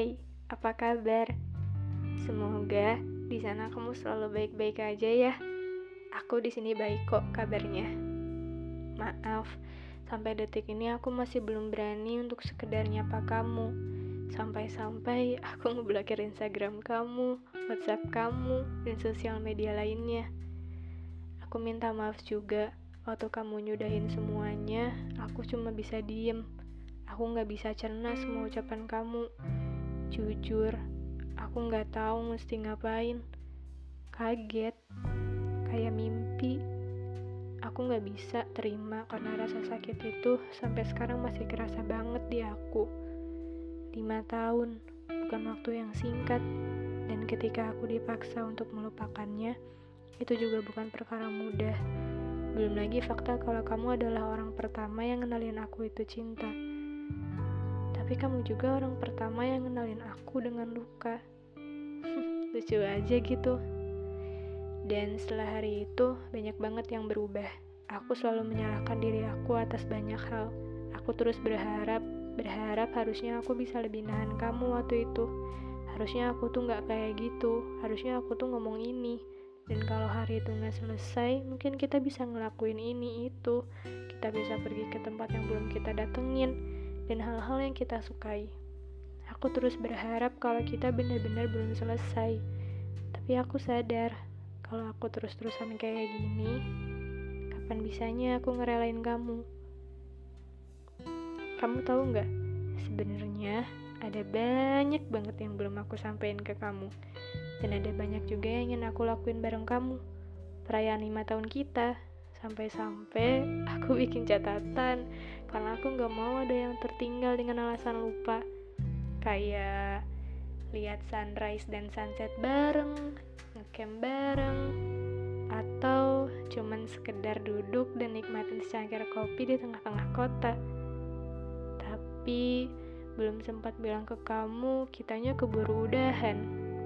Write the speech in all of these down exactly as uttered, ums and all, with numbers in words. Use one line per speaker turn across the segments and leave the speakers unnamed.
Hey, apa kabar? Semoga di sana kamu selalu baik-baik aja ya. Aku di sini baik kok kabarnya. Maaf, sampai detik ini aku masih belum berani untuk sekedar nyapa kamu. Sampai-sampai aku ngeblokir Instagram kamu, WhatsApp kamu, dan sosial media lainnya. Aku minta maaf juga, waktu kamu nyudahin semuanya, aku cuma bisa diem. Aku gak bisa cerna semua ucapan kamu. Jujur, aku gak tahu mesti ngapain. Kaget, kayak mimpi. Aku gak bisa terima karena rasa sakit itu sampai sekarang masih kerasa banget di aku. Lima tahun, bukan waktu yang singkat. Dan ketika aku dipaksa untuk melupakannya, itu juga bukan perkara mudah. Belum lagi fakta kalau kamu adalah orang pertama yang ngenalin aku itu cinta. Tapi kamu juga orang pertama yang ngenalin aku dengan luka. Lucu aja gitu. Dan setelah hari itu, banyak banget yang berubah. Aku selalu menyalahkan diri aku atas banyak hal. Aku terus berharap, berharap harusnya aku bisa lebih nahan kamu waktu itu. Harusnya aku tuh gak kayak gitu. Harusnya aku tuh ngomong ini. Dan kalau hari itu gak selesai, mungkin kita bisa ngelakuin ini itu. Kita bisa pergi ke tempat yang belum kita datengin. Dan hal-hal yang kita sukai. Aku terus berharap kalau kita benar-benar belum selesai. Tapi aku sadar, kalau aku terus-terusan kayak gini, kapan bisanya aku ngerelain kamu? Kamu tahu nggak? Sebenarnya ada banyak banget yang belum aku sampein ke kamu. Dan ada banyak juga yang ingin aku lakuin bareng kamu. Perayaan lima tahun kita. Sampai-sampai aku bikin catatan karena aku gak mau ada yang tertinggal dengan alasan lupa. Kayak lihat sunrise dan sunset bareng, ngecamp bareng, atau cuman sekedar duduk dan nikmatin secangkir kopi di tengah-tengah kota. Tapi belum sempat bilang ke kamu, kitanya keburu udahan.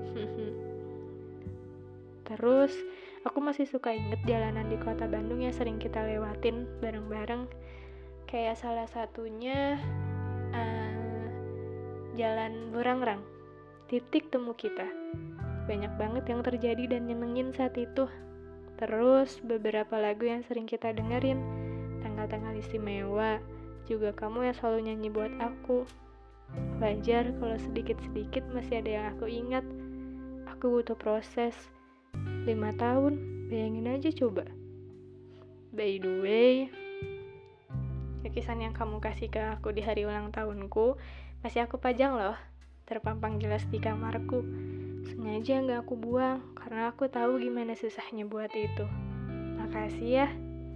Terus, aku masih suka inget jalanan di kota Bandung yang sering kita lewatin bareng-bareng. Kayak salah satunya uh, Jalan Burangrang, titik temu kita. Banyak banget yang terjadi dan nyenengin saat itu. Terus, beberapa lagu yang sering kita dengerin, tanggal-tanggal istimewa, juga kamu yang selalu nyanyi buat aku. Wajar kalau sedikit-sedikit masih ada yang aku ingat. Aku butuh proses. Lima tahun, bayangin aja coba. By the way, lukisan yang kamu kasih ke aku di hari ulang tahunku masih aku pajang loh, terpampang jelas di kamarku. Sengaja gak aku buang, karena aku tahu gimana susahnya buat itu. Makasih ya.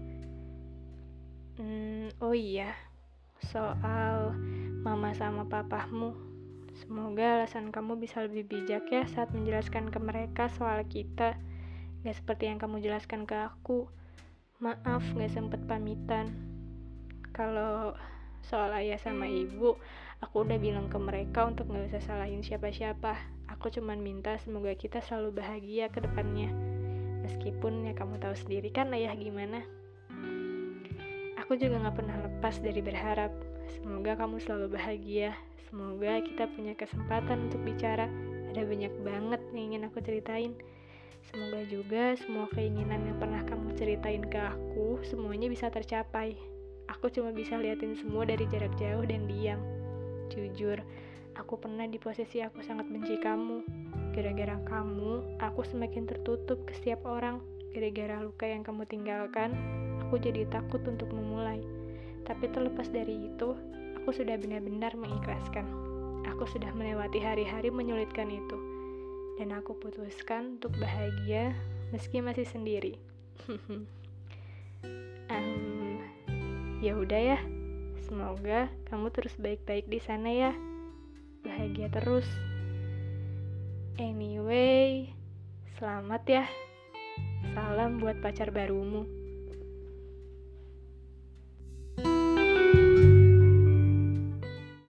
Hmm, oh iya, soal mama sama papahmu. Semoga alasan kamu bisa lebih bijak ya saat menjelaskan ke mereka soal kita. Gak seperti yang kamu jelaskan ke aku. Maaf gak sempet pamitan. Kalau soal ayah sama ibu, aku udah bilang ke mereka untuk gak usah salahin siapa-siapa. Aku cuman minta semoga kita selalu bahagia ke depannya. Meskipun ya kamu tahu sendiri kan ayah gimana. Aku juga gak pernah lepas dari berharap. Semoga kamu selalu bahagia. Semoga kita punya kesempatan untuk bicara. Ada banyak banget yang ingin aku ceritain. Semoga juga semua keinginan yang pernah kamu ceritain ke aku, semuanya bisa tercapai. Aku cuma bisa liatin semua dari jarak jauh dan diam. Jujur, aku pernah di posisi aku sangat benci kamu. Gara-gara kamu, aku semakin tertutup ke setiap orang. Gara-gara luka yang kamu tinggalkan, aku jadi takut untuk memulai. Tapi terlepas dari itu, aku sudah benar-benar mengikhlaskan. Aku sudah melewati hari-hari menyulitkan itu. Dan aku putuskan untuk bahagia meski masih sendiri. um, ya udah ya. Semoga kamu terus baik-baik di sana ya. Bahagia terus. Anyway, selamat ya. Salam buat pacar barumu.